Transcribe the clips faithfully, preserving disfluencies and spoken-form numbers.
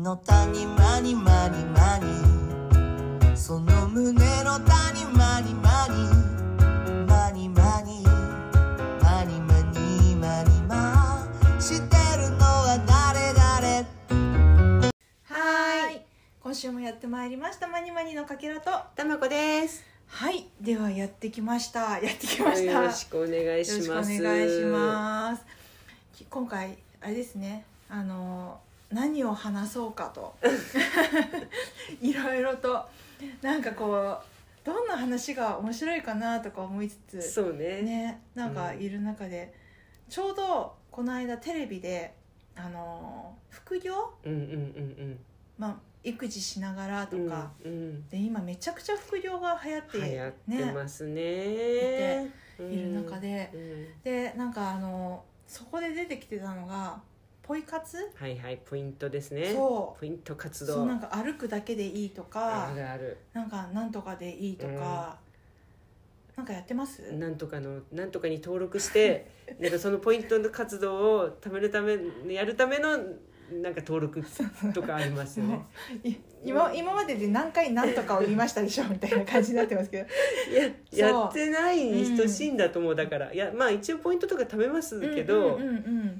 の谷間にマニマニ、その胸の谷間にマニマニマニマニマニマニマ、してるのは誰誰。 はーい、今週もやってまいりましたマニマニのかけらとたまこです。 はい、ではやってきましたやってきましたよろしくお願いします。 よろしくお願いします。今回あれですね、あの何を話そうかといろいろとなんかこうどんな話が面白いかなとか思いつつ、 そうねね、なんかいる中で、うん、ちょうどこの間テレビであの副業、 うんうんうんうんまあ育児しながらとか、 うんうん、 で今めちゃくちゃ副業が流行って、 流行ってますね、 ねいる中で、 うん、 でなんかあのそこで出てきてたのがポイ活、 はいはい、ポイントですね。 そうポイント活動、 そう、なんか歩くだけでいいとか、 あるある、 なんかなんとかでいいとか、うん、なんかやってます？ なんとかのなんとかに登録してなんかそのポイントの活動を貯めるためやるためのなんか登録とかありますよね今, 今までで何回なんとかを言いましたでしょみたいな感じになってますけどいややってないに等しいんだと思う、うん、だからいやまあ一応ポイントとか貯めますけど、 うんうんうんうん、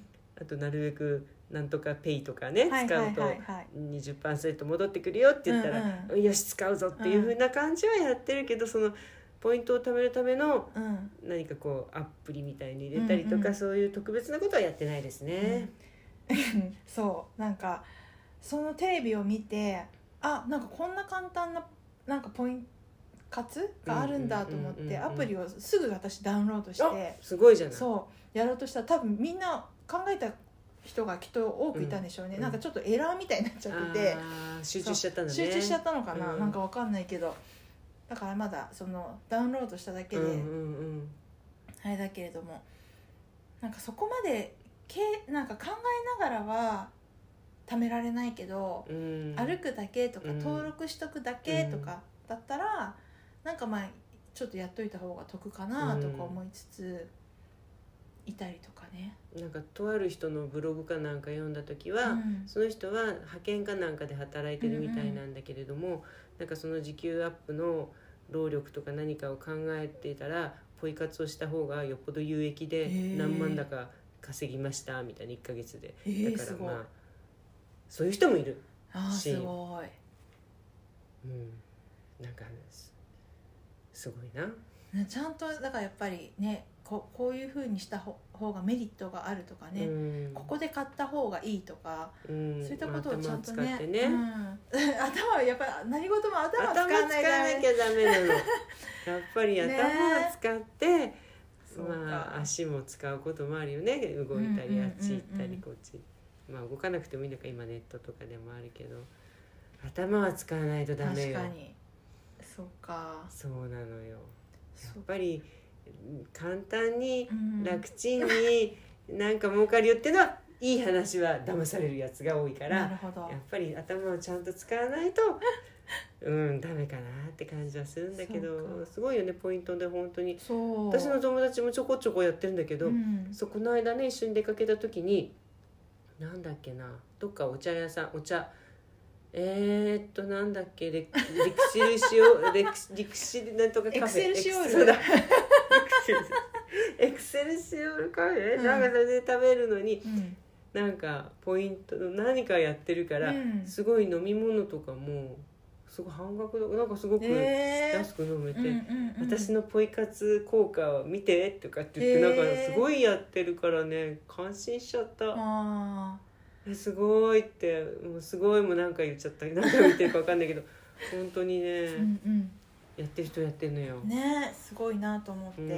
あとなるべくなんとかペイとかね、 はいはいはいはい、 使うと にじゅっパーセント 戻ってくるよって言ったら、うんうん、よし使うぞっていう風な感じはやってるけど、そのポイントを貯めるための何かこうアプリみたいに入れたりとか、うんうん、そういう特別なことはやってないですね、 うん、そうなんかそのテレビを見て、あなんかこんな簡単ななんかポイント活があるんだと思ってアプリをすぐ私ダウンロードして、 すごいじゃない、 そうやろうとしたら多分みんな考えた人がきっと多くいたんでしょうね、うん、なんかちょっとエラーみたいになっちゃってて、 あ集中しちゃったんだね、 集中しちゃったのかな、 うん、 なんかわかんないけど、だからまだそのダウンロードしただけで、 うんうんうん、 あれだけれども、なんかそこまでけなんか考えながらは貯められないけど、うん、歩くだけとか、うん、登録しとくだけとかだったら、うん、なんかまあちょっとやっといた方が得かなとか思いつつ、いたりとかね。 なんかとある人のブログかなんか読んだ時は、うん、その人は派遣かなんかで働いてるみたいなんだけれども、うんうん、なんかその時給アップの労力とか何かを考えていたらポイ活をした方がよっぽど有益で何万だか稼ぎましたみたいないっかげつで、だからまあそういう人もいるし、 あすごい、 うん、なんかすごいな、 ちゃんとだからやっぱりね こ, こういう風にした方がメリットがあるとかね、うん、ここで買った方がいいとか、うん、そういったことをちゃんとね、 頭を使ってね、 うん、頭はやっぱり何事も頭を使わない頭使わなきゃダメなのやっぱり頭を使って、ね、まあ足も使うこともあるよね、動いたりあっち行ったりこっち、まあ動かなくてもいいのか、今ネットとかでもあるけど頭は使わないとダメよ。 確かにそうか、 そうなのよ、やっぱり簡単に楽ちんになんか儲かるよっていうのはいい話は騙されるやつが多いから、 なるほど、 やっぱり頭をちゃんと使わないとうんダメかなって感じはするんだけど、すごいよねポイントで本当に。そう私の友達もちょこちょこやってるんだけど、うん、そうこの間ね一緒に出かけた時になんだっけな、どっかお茶屋さんお茶えー、っとなんだっけレクシルシオレクリクシルなんとかカフェエクセルシオールだエクセルシオールカフェ、うん、なんかそれで食べるのに、うん、なんかポイントの何かやってるから、うん、すごい飲み物とかもすごい半額なんかすごく安く飲めて、えーうんうんうん、私のポイ活効果を見てとかって言って、えー、なんかすごいやってるからね感心しちゃった。あすごいってもうすごいもなんか言っちゃった何か見てるか分かんないけど本当にね、うん、うん、やってる人やってるのよね、すごいなと思って、うん、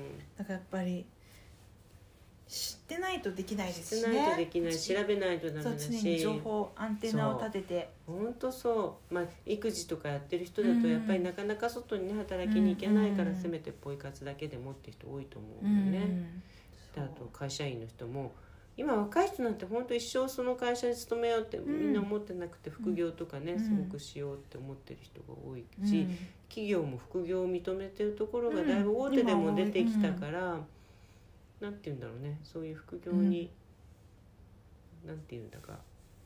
だからやっぱり知ってないとできないですしね、知ってないとできない、調べないとダメだし、常に情報アンテナを立てて、 本当そう、まあ、育児とかやってる人だとやっぱりなかなか外に、ね、働きに行けないから、うん、せめてポイ活だけでもっていう人多いと思うんだよね、うん、であと会社員の人も今若い人なんて本当一生その会社に勤めようってみんな思ってなくて、副業とかね、うん、すごくしようって思ってる人が多いし、うん、企業も副業を認めてるところがだいぶ大手でも出てきたから、うん、なんていうんだろうね、そういう副業に、うん、なんていうんだか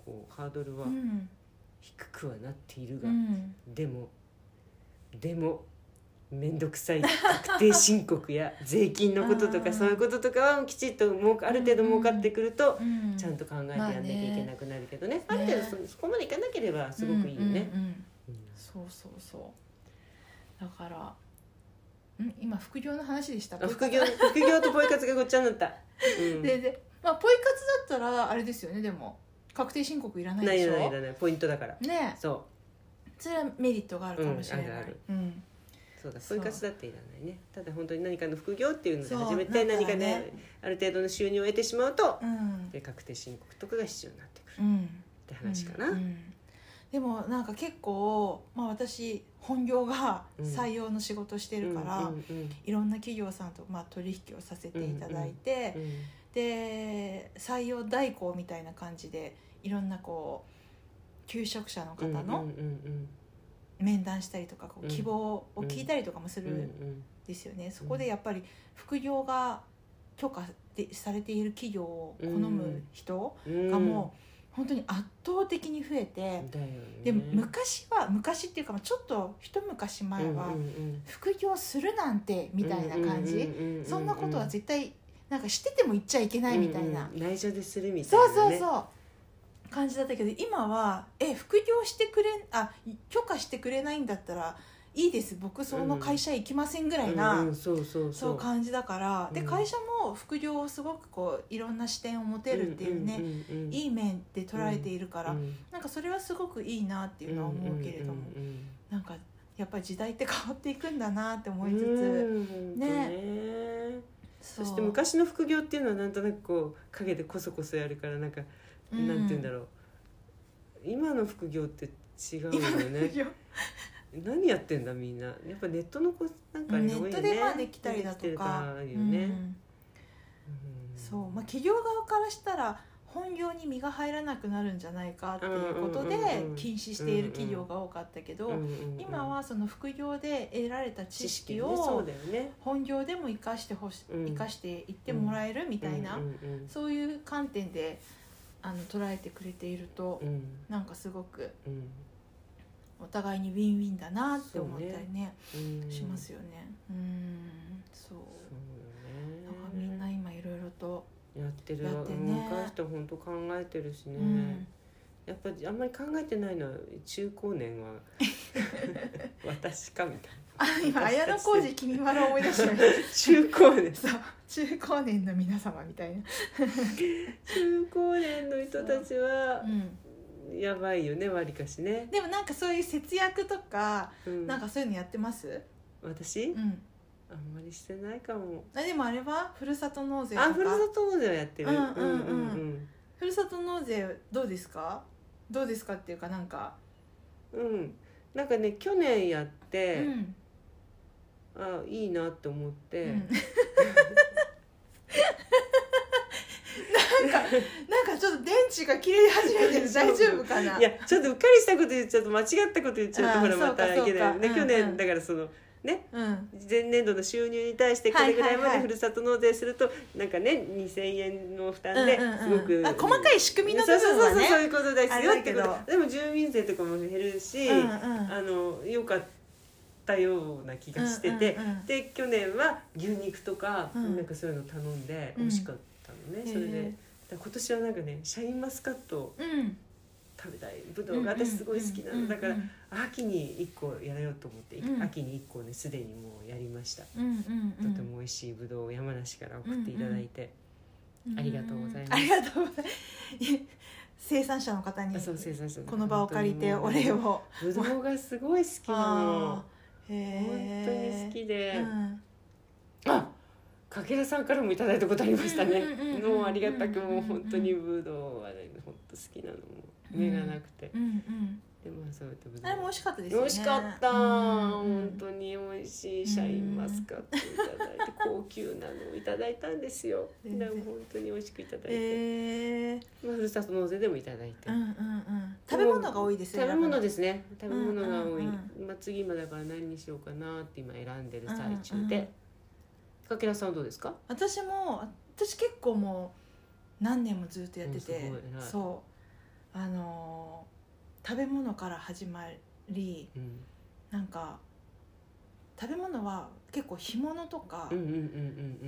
こうハードルはうん低くはなっているが、 うんでもでもめんどくさい確定申告や税金のこととかそういうこととかはきちっともうある程度儲かってくると、 うんちゃんと考えてやんなきゃいけなくなるけどね、 まあねある程度 そ, そこまでいかなければすごくいいよね。 うんうんうんうんそうそうそうだからん今副業の話でしたあ副業副業とポイ活がごっちゃになった、うん、 でで、まあ、ポイ活だったらあれですよね。でも確定申告いらないないでしょ。 ないないないポイントだからねそそれはメリットがあるかもしれない、 うんあるあるうんそうだそうポイ活だっていらないね。ただ本当に何かの副業っていうのでそう始めてだから何かねねある程度の収入を得てしまうと、 うんで確定申告とかが必要になってくるうんって話かな、 うんうんでもなんか結構、まあ、私本業が採用の仕事してるから、 うんうんうんいろんな企業さんとまあ取引をさせていただいて、 うんで採用代行みたいな感じでいろんなこう求職者の方のうんうんうん面談したりとかこううん希望を聞いたりとかもするうんうんんですよね。そこでやっぱり副業が許可でされている企業を好む人うんがもう本当に圧倒的に増えて、 だよねで昔は昔っていうかちょっと一昔前はうんうん副業するなんてみたいな感じ、 うんうんうんうんそんなことは絶対なんかしてても言っちゃいけないみたいな、 うんうん内緒でするみたいそうな、ね、 そうそう感じだったけど、今はえ副業してくれあ許可してくれないんだったらいいです僕その会社行きませんぐらいな、 うんうんそうそうそうそう感じだから、でうん会社も副業をすごくこういろんな視点を持てるっていうね、 んんうんうんいい面で捉えているから、 うんなんかそれはすごくいいなっていうのは思うけれども、 うんうんなんかやっぱり時代って変わっていくんだなって思うんいつつ、 うんねねそそして昔の副業っていうのはなんとなくこう陰でこそこそやるからなんか、 うんなんて言うんだろう今の副業って違うよ今のね副業何やってんだみんなやっぱネットの子なんかあれネ多いよねットでまあできたりだとできてるかあるよね、 うんそうまあ、企業側からしたら本業に身が入らなくなるんじゃないかっていうことでうんうんうんうん禁止している企業が多かったけど、 うんうんうん今はその副業で得られた知識ねそをうだよね本業でも生かしてほし、 うん生かしていってもらえるみたいな、 うんうんそういう観点であの捉えてくれていると、 うんなんかすごくうんお互いにウィンウィンだなって思ったりねうんしますよね。うんそうそうなんかよねみんな今いろいろと、 やってるやってね若い人本当考えてるしね、 うんやっぱりあんまり考えてないのは中高年は私かみたいあ今綾小路きみまろ思い出しましたな中高年そう中高年の皆様みたいな、 中高年の人たちはうん、 やばいよねわりかしね、 でもなんかそういう節約とか、 うん、 なんかそういうのやってます？ 私、 うん、 あんまりしてないかも。 あでもあれはふるさと納税とかあふるさと納税はやってる、 うんうんうんうんふるさと納税どうですか？どうですかっていうかなんか、 うんうんなんかね去年やっうて、 んあいいなって思って、 うん、なんかなんかちょっと電池が切れ始めてる大丈夫かな？ いやちょっとうっかりしたこと言っちゃうと間違ったこと言っちゃうとあーほらまたいけないよね、 そうかそうかうんうん去年だからそのねうん前年度の収入に対してこれぐらいまはいはいはいでふるさと納税するとなんかねにせんえんの負担でうんうんうんすごく、 あ細かい仕組みの部分はねそうそうそうそういうことですあれだけどよってことでも住民税とかも減るし、 うんうんあのよかったような気がしてて、 うんうんうんで去年は牛肉とか、 うんなんかそういうの頼んでうん美味しかったのね、それでへーだから今年はなんかねシャインマスカットをうん食べたいぶどうが私すごい好きなのだからうん秋にいっこやろうと思って、 うん秋にいっこねすでにもうやりました、 うんうんうんとても美味しいぶどうを山梨から送っていただいて、 うんありがとうございますありがとうございます生産者の方にあそう生産者のこの場を借りてお礼をぶどうがすごい好きなのあーへー本当に好きで、 うんあかけらさんからもいただいたことありましたね、 うんうんうんうんもうありがたくもう本当にぶどうはね本当好きなのも目がなくて、 うんうんでもそうやってぶどうあれも美味しかったですよね美味しかった、 うんうん本当に美味しいシャインマスカットいただいて高級なのをいただいたんですよ全然でも本当に美味しくいただいて、 えーまあ、ふるさと納税でもいただいて、 うんうんうん食べ物が多いですね食べ物ですすね食べ物が多い、 うんうんまあ、次今だから何にしようかなって今選んでる最中で、 うんうんかけらさんはどうですか？ 私も私結構もう何年もずっとやっててうんすごい偉いそうあの食べ物から始まり、うん、なんか食べ物は結構干物とか、うんうんうんうん、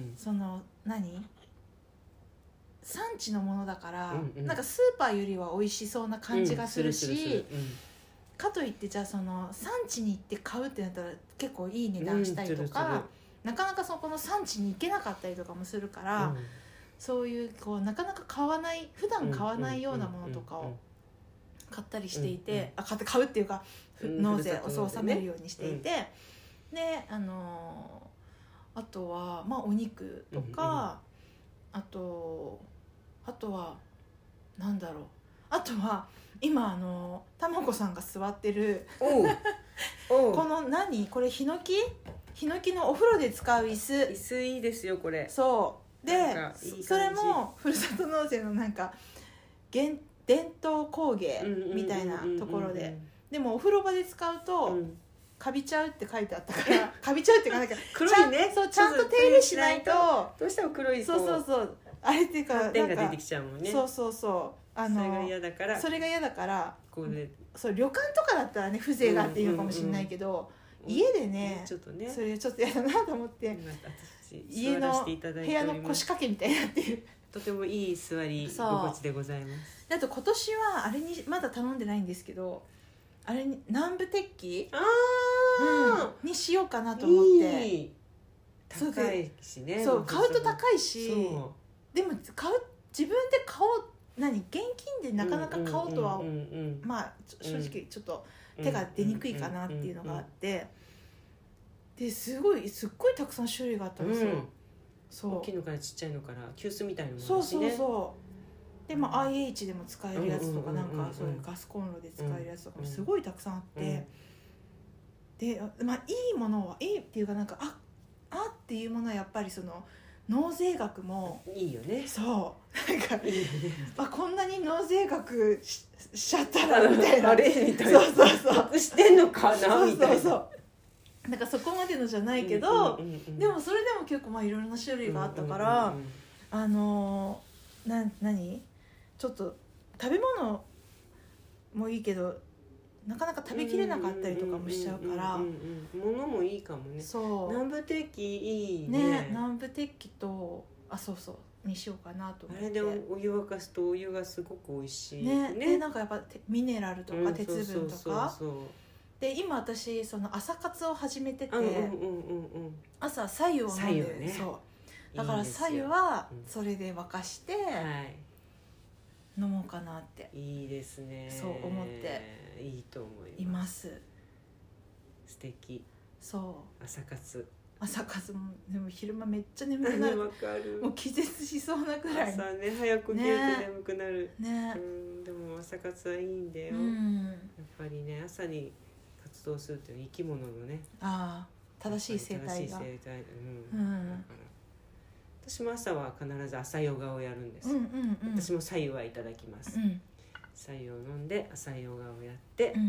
その何産地のものだから、うんうん、なんかスーパーよりは美味しそうな感じがするし、うんするするするうん、かといってじゃあその産地に行って買うってなったら結構いい値段したりとか、うん、なかなかそこの産地に行けなかったりとかもするから、うん、そういうこうなかなか買わない普段買わないようなものとかを買ったりしていて、うんうん、あ買って買うっていうか、うん、納税を納めるようにしていて、うん、であのー、あとはまあお肉とか、うんうん、あとあとはなんだろうあとは今あのたまこさんが座ってるおうおうこの何これヒノキヒノキのお風呂で使う椅子椅子いいですよこれそうでいいそれもふるさと納税のなんか伝統工芸みたいなところででもお風呂場で使うと、うん、カビちゃうって書いてあったからカビちゃうっていうかなんか黒いねそうちゃんと手入れしないとどうしても黒いそうそうそうあれっていうか斑点が出てきちゃうもんねそうそうそうあのそれが嫌だからそれが嫌だからこれそう旅館とかだったらね風情があっていいのかもしれないけど、うんうんうん、家でねちょっとねそれちょっと嫌だなと思って家の部屋の腰掛けみたいになっていうとてもいい座り心地でございます。 あと今年はあれにまだ頼んでないんですけどあれに南部鉄器あ、 うん、にしようかなと思っていい高いしねそう買うと高いしでも買う自分で買おう何現金でなかなか買おうとはまあ正直ちょっと手が出にくいかなっていうのがあってですごいすっごいたくさん種類があったんですよ、うん、 そう大きいのからちっちゃいのから急須みたいなものそうそうそうでも アイエイチ でも使えるやつとかなんかそういうガスコンロで使えるやつとかもすごいたくさんあって、うん、でまあいいものはいいっていうかなんかああっていうものはやっぱりその納税額もいいよねそうなんかいいよねあこんなに納税額 し, しちゃったらみたいなあれみたいなそうそうそう得してんのかなみたいなそうそうそうなんかそこまでのじゃないけど、うんうんうんうん、でもそれでも結構まあいろんな種類があったから、うんうんうんうん、あのな何ちょっと食べ物もいいけどなかなか食べきれなかったりとかもしちゃうから物もいいかもねそう南部鉄器いいねね南部鉄器とあそうそうにしようかなと思ってあれでお湯沸かすとお湯がすごく美味しいねねでなんかやっぱミネラルとか鉄分とかで今私その朝活を始めてて、うんうんうんうん、朝白湯を飲んでる、ね、そうだから白湯はそれで沸かして、うんはい飲もうかなっていいですねそう思っていいと思いますいます素敵そう朝活朝活もでも昼間めっちゃ眠くなるわかるもう気絶しそうなくらい朝ね早く起きると眠くなるねうんでも朝活はいいんだよ、うん、やっぱりね朝に活動するっていうのは生き物のねあ正しい生態が正しい生態、うん、うん、だから私も朝は必ず朝ヨガをやるんです、うんうんうん、私も白湯はいただきます、うん、白湯を飲んで朝ヨガをやって、うん、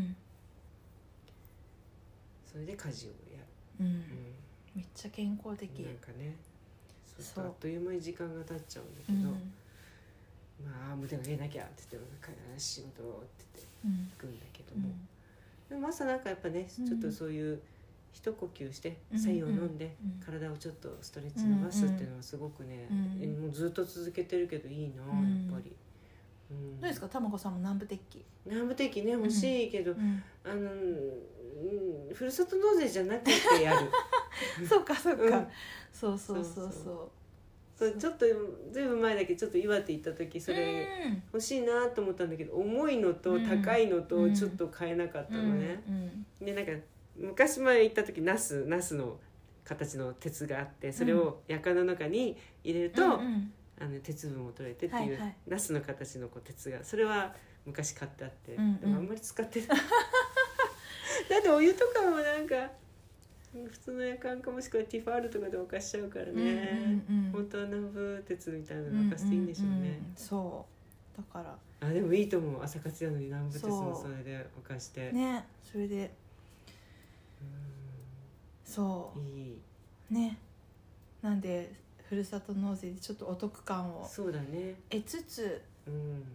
それで家事をやる、うんうん、 めっちゃ健康的なんかねそうそうあっという間に時間が経っちゃうんだけど、うん、まあ無駄が出なきゃって言って仕事って言って行くんだけども、うん、でも朝なんかやっぱねちょっとそういう一呼吸して白湯を飲んで体をちょっとストレッチ伸ばすっていうのはすごくね、うんうん、もうずっと続けてるけどいいな、うん、やっぱり、 うん、どうですかたまこさんも南部鉄器南部鉄器ね欲しいけど、うん、あの、うん、ふるさと納税じゃなくてやるそうかそうか、うん、そうそうそうそうそうちょっとずいぶん前だけちょっと岩手行った時それ欲しいなと思ったんだけど重いのと高いのとちょっと買えなかったのね、うんうん、でなんか昔前行った時ナスナスの形の鉄があってそれをやかんの中に入れると、うんうん、あの鉄分を取れてっていう、はいはい、ナスの形のこう鉄がそれは昔買ってあって、うんうん、でもあんまり使ってないだってお湯とかもなんか普通のやかんかもしくはティファールとかで沸かしちゃうからね、うんうんうん、本当は南部鉄みたいなの沸かしていいんでしょうね、うんうんうん、 そうだからあでもいいと思う朝活なのに南部鉄もそれで沸かしてねそれでそういいねなんでふるさと納税でちょっとお得感をそうだね得つつ、 うん、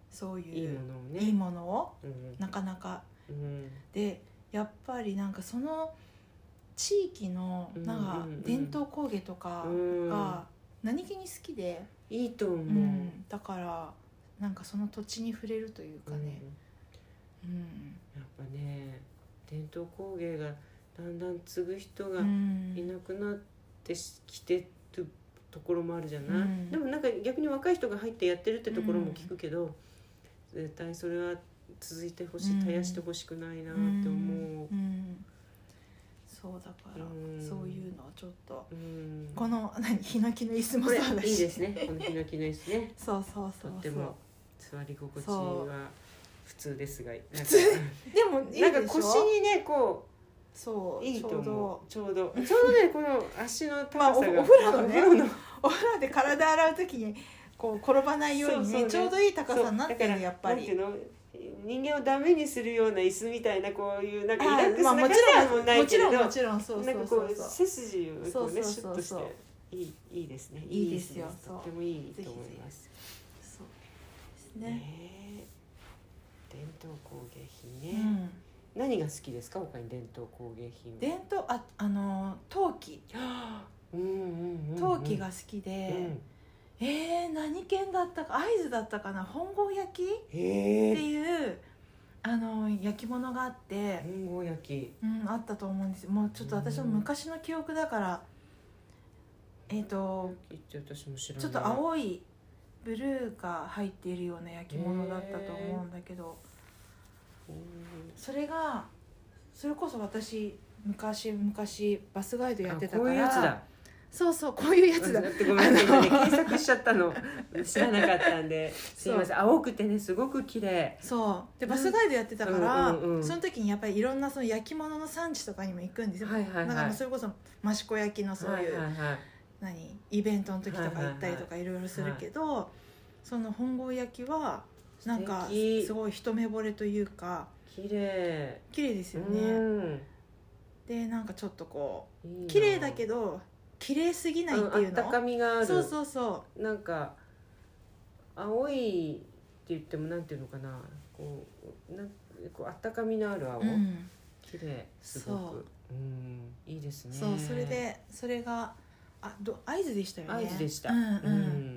そういういいものをねいいものを、 うん、 なかなか、 うん、 でやっぱりなんかその地域のなんか伝統工芸とかが何気に好きで、 いいと思う、うんうん、だからなんかその土地に触れるというかね、うんうん、 やっぱね伝統工芸がだんだん継ぐ人がいなくなってきてるところもあるじゃない、うん、でもなんか逆に若い人が入ってやってるってところも聞くけど、うん、絶対それは続いてほしい、絶やしてほしくないなって思う、うんうん、 そうだから、うん、そういうのをちょっと、うん、この何ヒノキの椅子もそうだし、 いいですね、このヒノキの椅子ねそうそうそうそう、 とっても座り心地は普通ですが、 普通でもいいでしょ、 なんか腰にねこうそういいと思う、ちょうどちょうどちょうどねこの足の高さが、 まあ、お, お風呂のねお風呂で体洗うときにこう転ばないようにね、そうそうね、ちょうどいい高さになってる、やっぱり人間をダメにするような椅子みたいなこういうなんかリラックスな感じはもうないけれど、 もちろんもちろんそうそうそうそう、なんかこう背筋をこうねシュッとしていいいいですね、 いいですよ、 とってもいいと思います。 そうですね。 ね、伝統工芸品ね、うん何が好きですか？他に伝統工芸品。 伝統ああの陶器、 うんうんうんうん、 陶器が好きで、うん、えー、何県だったか会津だったかな、本郷焼きっていうあの焼き物があって、 本郷焼き、 うん、あったと思うんですよ。もうちょっと私も昔の記憶だから、えっ、ー、とちょっと青いブルーが入っているような焼き物だったと思うんだけど。それがそれこそ私昔昔バスガイドやってたから、 こういうやつだ、 そうそうこういうやつだってごめんなさい、ね、検索しちゃったの知らなかったんですいません。青くてねすごく綺麗、 そうでバスガイドやってたから、 うんうんうん、 その時にやっぱりいろんなその焼き物の産地とかにも行くんですよ、 はいはいはい、 だからそれこそ益子焼きのそういう、はいはいはい、何イベントの時とか行ったりとかいろいろするけど、はいはいはい、その本郷焼きはなんかすごい一目惚れというか綺麗綺麗ですよね、うん、でなんかちょっとこういい綺麗だけど綺麗すぎないっていうの、うん、 あったかみがある、 そうそうそうなんか青いって言ってもなんていうのかな、こうなんこうあったかみのある青、うん、綺麗すごく、うん、いいですね。 そうそれでそれがあど会津でしたよね。 会津でした、 うんうんうん、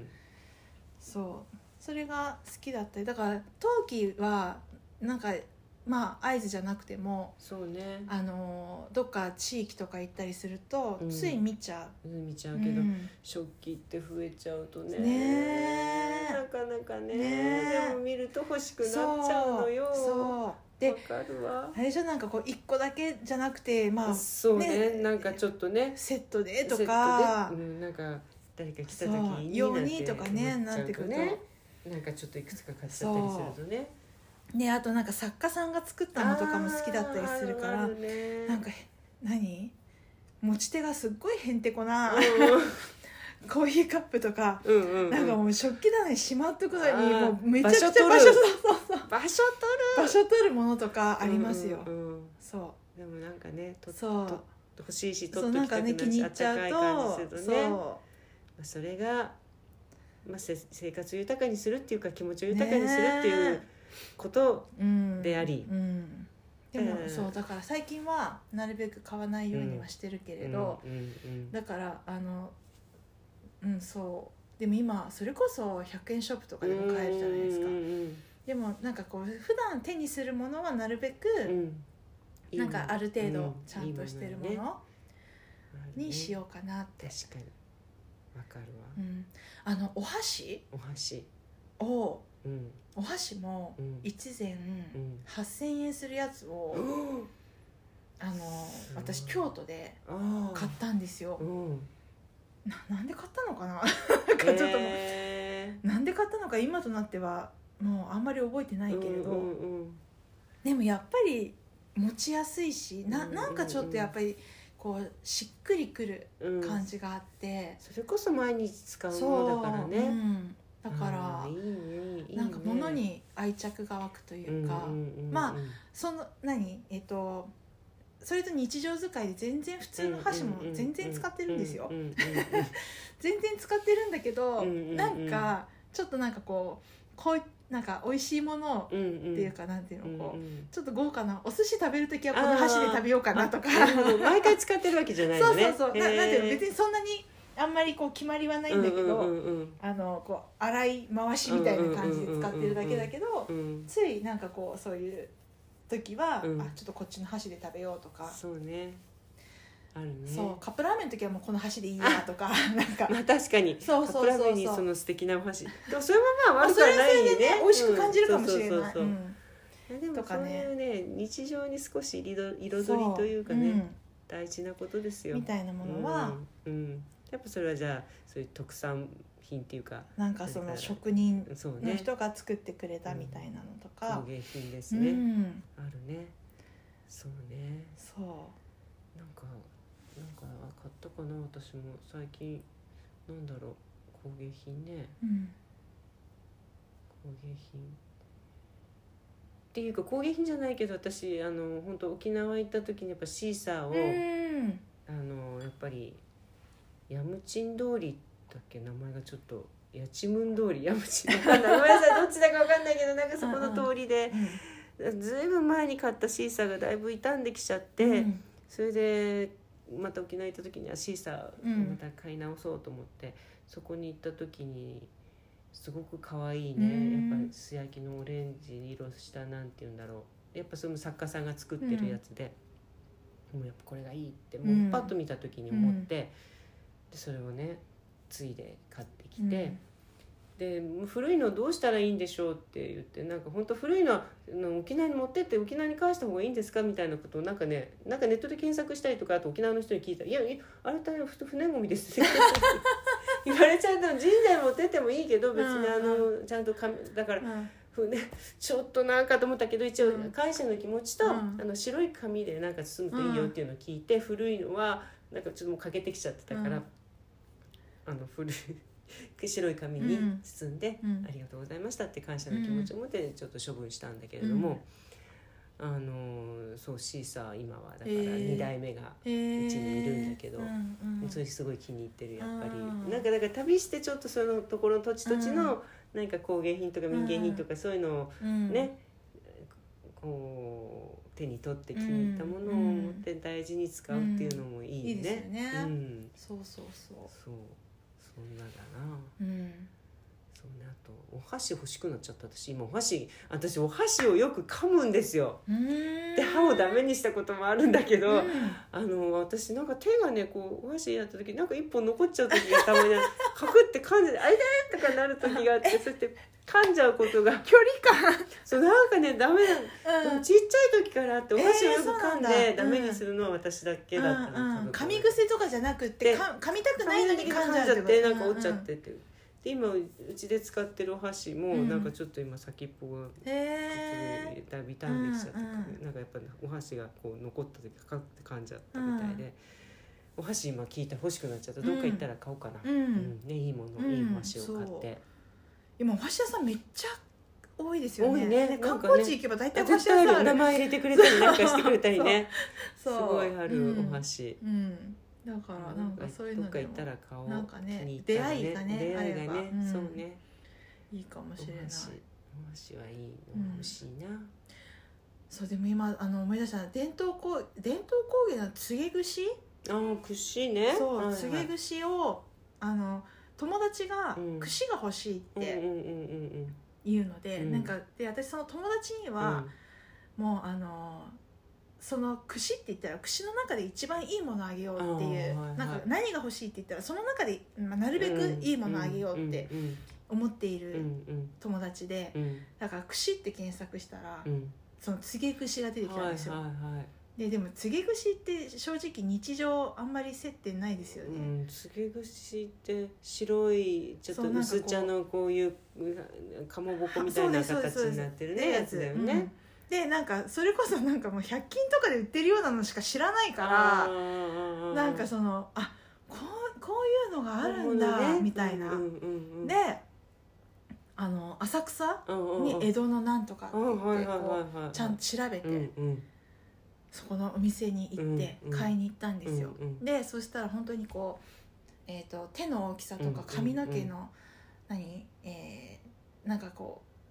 そうそれが好きだったりだから陶器はなんかまあ会津じゃなくてもそうね、 あのどっか地域とか行ったりすると、うん、つい見ちゃう、 うん、見ちゃうけど、うん、食器って増えちゃうとねねなかなか ね, ねでも見ると欲しくなっちゃうのよ。 そうでわかるわ。 あれでしょ、なんかこういっこだけじゃなくてまあそうね、ねなんかちょっとねセットでとか、 うん、なんか誰か来た時に用にとかねなってくるとね、 なんかちょっといくつか買っちゃったりするとね。 ね、あとなんか作家さんが作ったのとかも好きだったりするから、ね、なんか何持ち手がすっごいへんてこな、うん、コーヒーカップとか、うんうんうん、なんかもう食器棚にしまっとくのにもうめちゃくちゃ場所場所取る場所取る場所取るものとかありますよ、うんうんうん、そうでもなんかねとそうと欲しいし取っときたくなるし、ね、あったかい感じするとね、そうそれが、まあ、生活を豊かにするっていうか気持ちを豊かにするっていうことであり、うんうん、 でも、えー、そうだから最近はなるべく買わないようにはしてるけれど、うんうんうん、だからあのうんそうでも今それこそひゃくえんショップとかでも買えるじゃないですか、うんうんうん、でもなんかこう普段手にするものはなるべく、うん、なんかある程度ちゃんとしてるものにしようかなって、 ね、確かにわかるわ、 うん、あのお箸お箸をうん、 お箸も一膳はっせんえんするやつを、うん、あの私京都で買ったんですよ、うん、な, なんで買ったのかななんかちょっともう、えー、なんで買ったのか今となってはもうあんまり覚えてないけれど、うんうんうん、でもやっぱり持ちやすいし な, なんかちょっとやっぱりこうしっくりくる感じがあって、 うん、それこそ毎日使うものだからね、うん、 だからいいねいいね、 なんか物に愛着が湧くというか、うんうんうんうん、まあその何えっとそれと日常使いで全然普通の箸も全然使ってるんですよ、うんうんうん、全然使ってるんだけど、うんうんうん、なんかちょっとなんかこうこうなんか美味しいものっていうか、なんていうのこう、 うんうん、 ちょっと豪華なお寿司食べるときはこの箸で食べようかなとか毎回使ってるわけじゃないのね。 そうそうそう、ななんていうの、別にそんなにあんまりこう決まりはないんだけど、 うんうんうんうん、 あのこう洗い回しみたいな感じで使ってるだけだけど、ついなんかこうそういう時は、うん、あちょっとこっちの箸で食べようとか。 そうね、あるね。 そうカップラーメンの時はもうこの箸でいいやとかなんか、 まあ、確かにそうそうそうそう、 カップラーメンにその素敵なお箸でもそれもまあ悪くはないね、 ね、美味しく感じるかもしれない。 でもそういうね、日常に少し彩りというかね、うん、大事なことですよみたいなものは、 うんうん、やっぱそれはじゃあそういう特産品っていうか、 なんかその職人の人が作ってくれたみたいなのとか、 工芸品ですね、うん、あるね。そうね、 そうなんかなんか買ったかな、私も最近。なんだろう、工芸品ね、うん、工芸品っていうか工芸品じゃないけど、私あの本当沖縄行った時にやっぱシーサーを、うん、あのやっぱりヤムチン通りだっけ、名前がちょっとヤチムン通り、ヤムチン、ごめんなさいどっちだか分かんないけど、なんかそこの通りで、うん、ずいぶん前に買ったシーサーがだいぶ傷んできちゃって、うん、それでまた沖縄行った時にはシーサーをまた買い直そうと思って、うん、そこに行った時にすごく可愛いね、うん、やっぱり素焼きのオレンジ色したなんていうんだろう、やっぱその作家さんが作ってるやつで、うん、もうやっぱこれがいいってもうパッと見た時に思って、うん、でそれをねついで買ってきて、うんで古いのどうしたらいいんでしょうって言って、なんか本当古いのは沖縄に持ってって沖縄に返した方がいいんですかみたいなことをなんかね、なんかネットで検索したりとか、あと沖縄の人に聞いたら、いやあれ大変船ゴミです言われちゃうと、神社に持ってってもいいけど別にあのちゃんとかだから、うん、船ちょっとなんかと思ったけど、一応感謝の気持ちと、うん、あの白い紙でなんか包むといいよっていうのを聞いて、うん、古いのはなんかちょっともう欠けてきちゃってたから、うん、あの古い白い紙に包んで、うん、ありがとうございましたって感謝の気持ちを持ってちょっと処分したんだけれども、うん、あのそうシーサー今はだからに代目がうちにいるんだけど、えーうんうん、それすごい気に入ってるやっぱり、うん、なんかだから旅してちょっとそのところの土地土地のなんか工芸品とか民芸品とかそういうのをね、うん、こう手に取って気に入ったものを持って大事に使うっていうのもいいね、うんうん、いいですよね、うん、 そうそうそうそうそんなだな、うん、そうね。あとお箸欲しくなっちゃった私今お箸私お箸をよく噛むんですよ。で歯をダメにしたこともあるんだけど、うん、あの私なんか手がねこうお箸やった時なんか一本残っちゃう時がたまにカクって噛んで「あいで!」とかなる時があってそして噛んじゃうことが距離感そうなんかねダメなの、うん、ちっちゃい時からあってお箸をよく噛んでダメにするのは私だけだったの、うんうん、 噛み癖とかじゃなくって噛みたくないのに噛んじゃってなんか折っちゃってって、うんうん、で今うちで使ってるお箸もなんかちょっと今先っぽがだいぶ傷んできちゃって、うんうん、なんかやっぱお箸がこう残った時カッて噛んじゃったみたいで、うん、お箸今聞いたら欲しくなっちゃったどっか行ったら買おうかな、うんうんね、いいもの、うん、いいお箸を買って今お箸屋さんめっちゃ多いですよね。 多いね。 観光地行けば大体お箸屋さんある。 名前入れてくれたりなんかしてくれたりね。 そうすごいあるお箸。 うん。うん、だからなんかそういうのどっか行ったら買おう。 なんかね出会いがね出会いがね、 うん、 そうね。 いいかもしれない。お箸はいいの欲しいな。うん、 そうでも今あの思い出した伝統工伝統工芸の告げ串。 ああ串ね。 そう告げ串をあの。友達が串が欲しいって言うので、なんかで私その友達には、うん、もうあのその串って言ったら串の中で一番いいものあげようっていう、はいはい、なんか何が欲しいって言ったらその中で、まあ、なるべくいいものあげようって思っている友達で、うんうん、だから串って検索したら、うん、その告げ串が出てきたんですよ。はいはいはいで, でも告げ串って正直日常あんまり接点ないですよね、うん、 告げ串って白いちょっと薄茶のこういうかまぼこみたいな形になってるねやつだよね、うん、 でなんかそれこそなんかもうひゃく均とかで売ってるようなのしか知らないからなんかそのあこう、こういうのがあるんだ、ね、みたいな、うんうんうん、であの浅草に江戸のなんとかって言ってこうちゃんと調べて、うんうんそこのお店に行って買いに行ったんですよ、うんうん、でそしたら本当にこう、えーと、手の大きさとか髪の毛の、うんうん、何、えー、なんかこう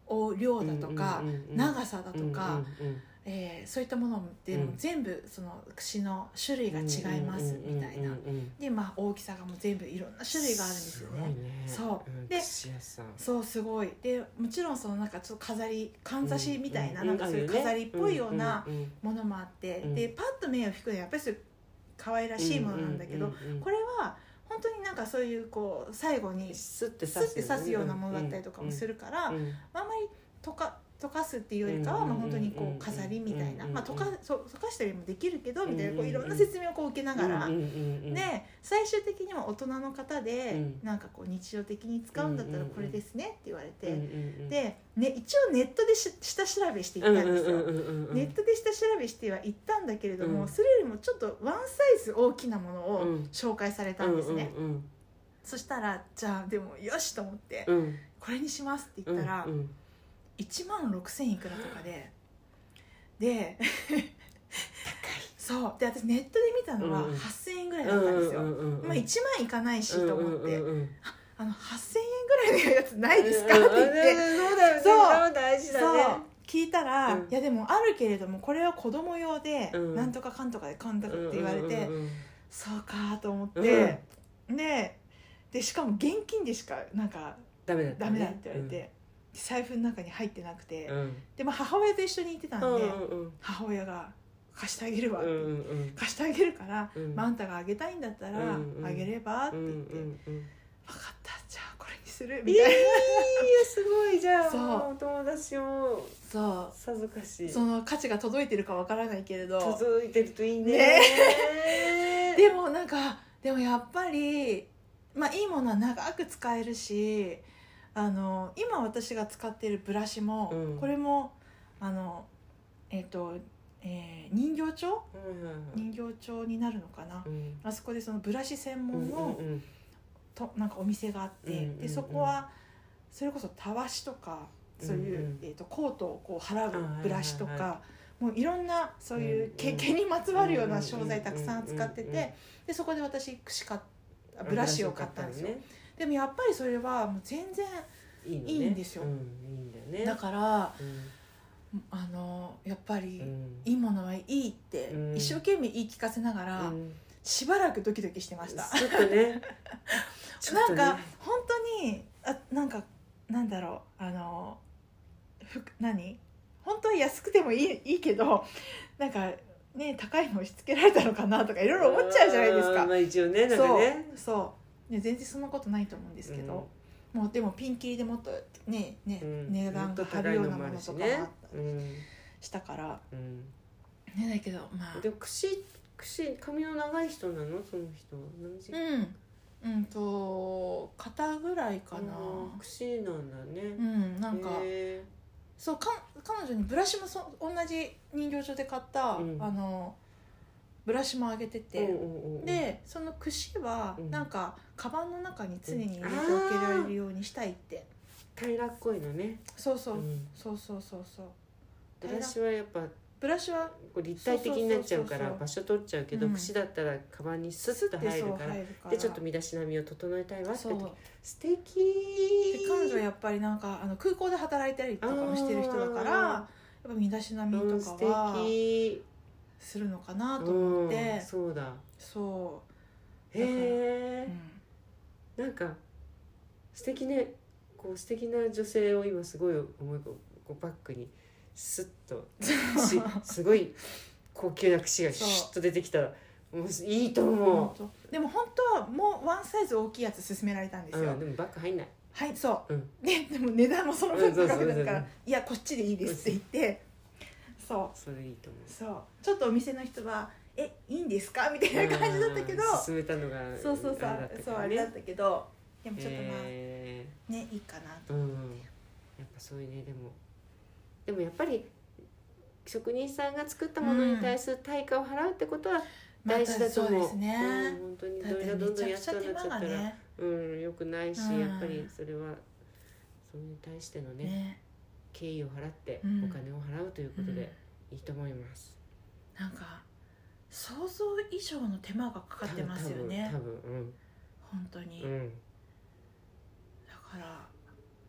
量だとか、 うんうんうん、 長さだとか、 うんうんうん、 えー、そういったものっていうのも全部その櫛の種類が違いますみたいな。で、まあ、大きさがもう全部いろんな種類があるんですよね。 ね、 そう、 うん、 で櫛屋さん、 そうすごいで、もちろんそのなんかちょっと飾りかんざしみたいな、 うん、 なんかそういう飾りっぽいようなうんうん、 ものもあって、 うん、 でパッと目を引くのはやっぱりそういう可愛らしいものなんだけど、 うんうんうん、 これは本当になんかそういうこう最後にスッて刺すようなものだったりとかもするから、 うんうん、 あんまりとか溶かすっていうよりかは、まあ本当にこう飾りみたいな、まあ、溶かそう溶かしたりもできるけどみたいな、こういろんな説明をこう受けながら、で最終的には大人の方でなんかこう日常的に使うんだったらこれですねって言われて、で、ね、一応ネットでし下調べしていったんですよ。ネットで下調べしては行ったんだけれども、うん、それよりもちょっとワンサイズ大きなものを紹介されたんですね。そしたらじゃあでもよしと思って、うん、これにしますって言ったら、うんうん、いちまんろくせんいくらとかでで高い。そうで、私ネットで見たのははっせんえんぐらいだったんですよ。まあいちまんいかないしと思って、うんうんうん、あ, あのはっせんえんぐらいのやつないですかって言って、 そうだよね、そう大事だね。 そう聞いたら、うん、いやでもあるけれどもこれは子供用で、うん、なんとかかんとかで買うんだって言われて、うんうんうんうん、そうかと思って、うん、で, でしかも現金でしかなんかダメだったね、 ダメだって言われて、うん、財布の中に入ってなくて、うん、でも母親と一緒に行ってたんで、うんうんうん、母親が貸してあげるわって、うんうん、貸してあげるから、うんまあ、あんたがあげたいんだったら、うんうん、あげればって言って、うんうんうん、分かったじゃあこれにするみたいな、えー、すごいじゃあそうお友達もそうさぞかしその価値が届いてるかわからないけれど届いてるといいね、 ねでもなんかでもやっぱりまあいいものは長く使えるし、あの今私が使っているブラシも、うん、これもあのえっ、ー、とえー、人形町、うんうん、人形町になるのかな、うん、あそこでそのブラシ専門の、うんうん、となんかお店があって、うんうんうん、でそこはそれこそたわしとかそういう、うんうんえー、とコートをこう払うブラシとか、はいはいはい、もういろんなそういう毛、うんうん、毛にまつわるような商材たくさん使ってて、うんうんうん、でそこで私櫛買ブラシを買ったんですよ、ね、でもやっぱりそれはもう全然いいんですよ、 いいのね、うん、いいんだよね。 だから、うんあのやっぱり、うん、いいものはいいって、うん、一生懸命言い聞かせながら、うん、しばらくドキドキしてました。 ちょっとねなんか本当にあなんかなんだろうあのふ何本当に安くてもいい、いいけどなんかね高いの押し付けられたのかなとかいろいろ思っちゃうじゃないですか。 まあ一応ねなんかねそうそうね全然そんなことないと思うんですけど。うんもうでもピンキリでもっとねね、うん、値段が張るようなものとかもあったりしたから、うんね、だけどまあでも櫛櫛髪の長い人なのその人は何時うんうんと肩ぐらいかな櫛なんだねうんなんかそうか彼女にブラシもそ同じ人形町で買った、うん、あのブラシもあげてて、うんうんうん、でその櫛はなんかカバンの中に常に入れておけられるようにしたいって、 うん、平らっこいのねそうそう、うん、そうそうそうそうブラシはやっぱブラシは立体的になっちゃうから場所取っちゃうけど、うん、櫛だったらカバンにスッと入るからでちょっと身だしなみを整えたいわって素敵で彼女はやっぱりなんかあの空港で働いたりとかもしてる人だからやっぱ身だしなみとかは、うん、素敵するのかなと思って、 うん、そうだそうへえ、うん、なんか素敵ねこう素敵な女性を今すごい思いこうバックにスッとすごい高級な櫛がシュッと出てきたらもういいと思う。でも本当はもうワンサイズ大きいやつ勧められたんですよ、 うん、でもバッグ入んないはいそう、うん、で, でも値段もその分高くなるから、うん、いやこっちでいいですって言ってそうそれいいと思う。 そうちょっとお店の人はえいいんですかみたいな感じだったけど勧めたのがそうそうそうあれだった、ね、そうあれだったけどでもちょっとまあ、えー、ねいいかなと思って、うん、 やっぱそういうねでもでもやっぱり職人さんが作ったものに対する対価を払うってことは大事だと思う、ま、そうですね、うん、本当にどれがどんどん安くなっちゃったら、ね、うんよくないし、うん、やっぱりそれはそれに対してのね、ね敬意を払ってお金を払うということでいいと思います、 うん、なんか想像以上の手間がかかってますよね多分、多分、うん、 本当に、うん、だから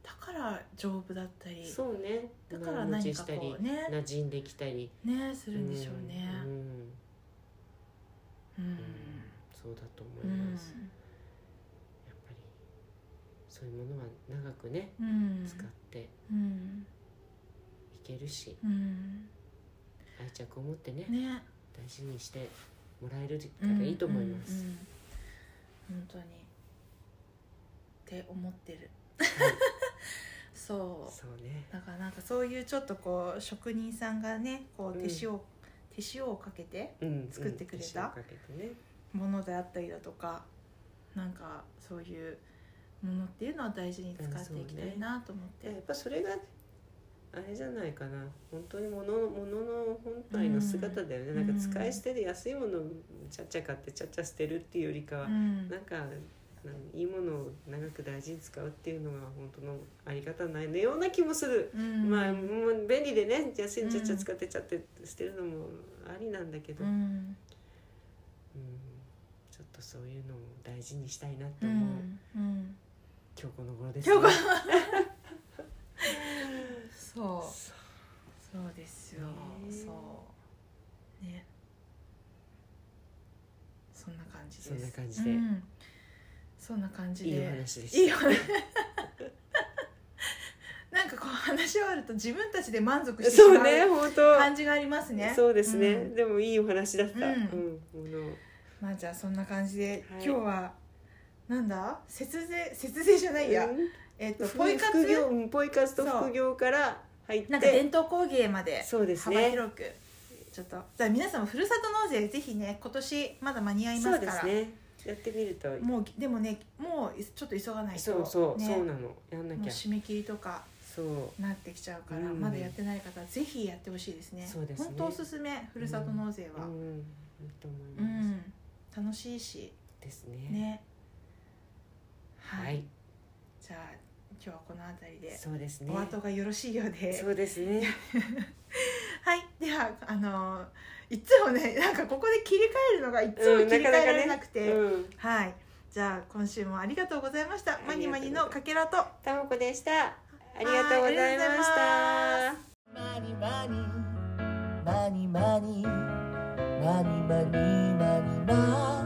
だから丈夫だったり、 そうね、 だから何かこうね馴染んできたりねするんでしょうね。 うん、うんうん、 そうだと思います、うん、やっぱりそういうものは長くね、うん、使っていけるし、うん、愛着を持ってね、ね大事にしてもらえるからいいと思います、うんうんうん、 本当にって思ってる、はい、そうそうね、 だからなんかそういうちょっとこう職人さんがねこう手塩、うん、手塩をかけて作ってくれたものであったりだとか、なんかそういうものっていうのは大事に使っていきたいなと思って、 ね、やっぱそれがあれじゃないかな、本当に物の、物の本体の姿だよね、うん、なんか使い捨てで安いものをちゃっちゃ買ってちゃっちゃ捨てるっていうよりかは、うん、なんかいいものを長く大事に使うっていうのが本当のあり方ないのような気もする、うん、まあもう便利でね安いにちゃっちゃ使ってちゃって捨てるのもありなんだけど、うんうん、ちょっとそういうのを大事にしたいなと思う、うんうん、今日この頃ですね。 そうそうですよ、そうね、そんな感じです。 そんな感じで、うん、 そんな感じでいいお話でした。 いいお話なんかこう話し終わると自分たちで満足してしまう感じがありますね。 そうですね、うん、でもいいお話だった、うんうん、 まあじゃあそんな感じで、はい、今日はなんだ節税節税じゃないや、うんえー、とポイ活副業、ポイ活と副業から入ってなんか伝統工芸まで幅広く、ね、ちょっとじゃあ皆さんもふるさと納税ぜひね今年まだ間に合いますから、 そうですね、やってみるともうでもねもうちょっと急がないと、 そうそう、ね、そうなのやんなきゃ、もう締め切りとかそうなってきちゃうから、うん、まだやってない方はぜひやってほしいですね。 そうですね、 本当おすすめ、ふるさと納税は、うんうん、いいと思います、 うん、楽しいしですね、 ね、はい、はい、じゃあ今日はこの辺りで、 そうですね、 お後がよろしいようで、 そうですねはい、ではあのいつもねなんかここで切り替えるのがいつも切り替えられなくて、うんなかなかね、うん、はいじゃあ今週もありがとうございました。マニマニのかけらとたまこでした。ありがとうございました。 マニマニマニマニマニマニマニマニ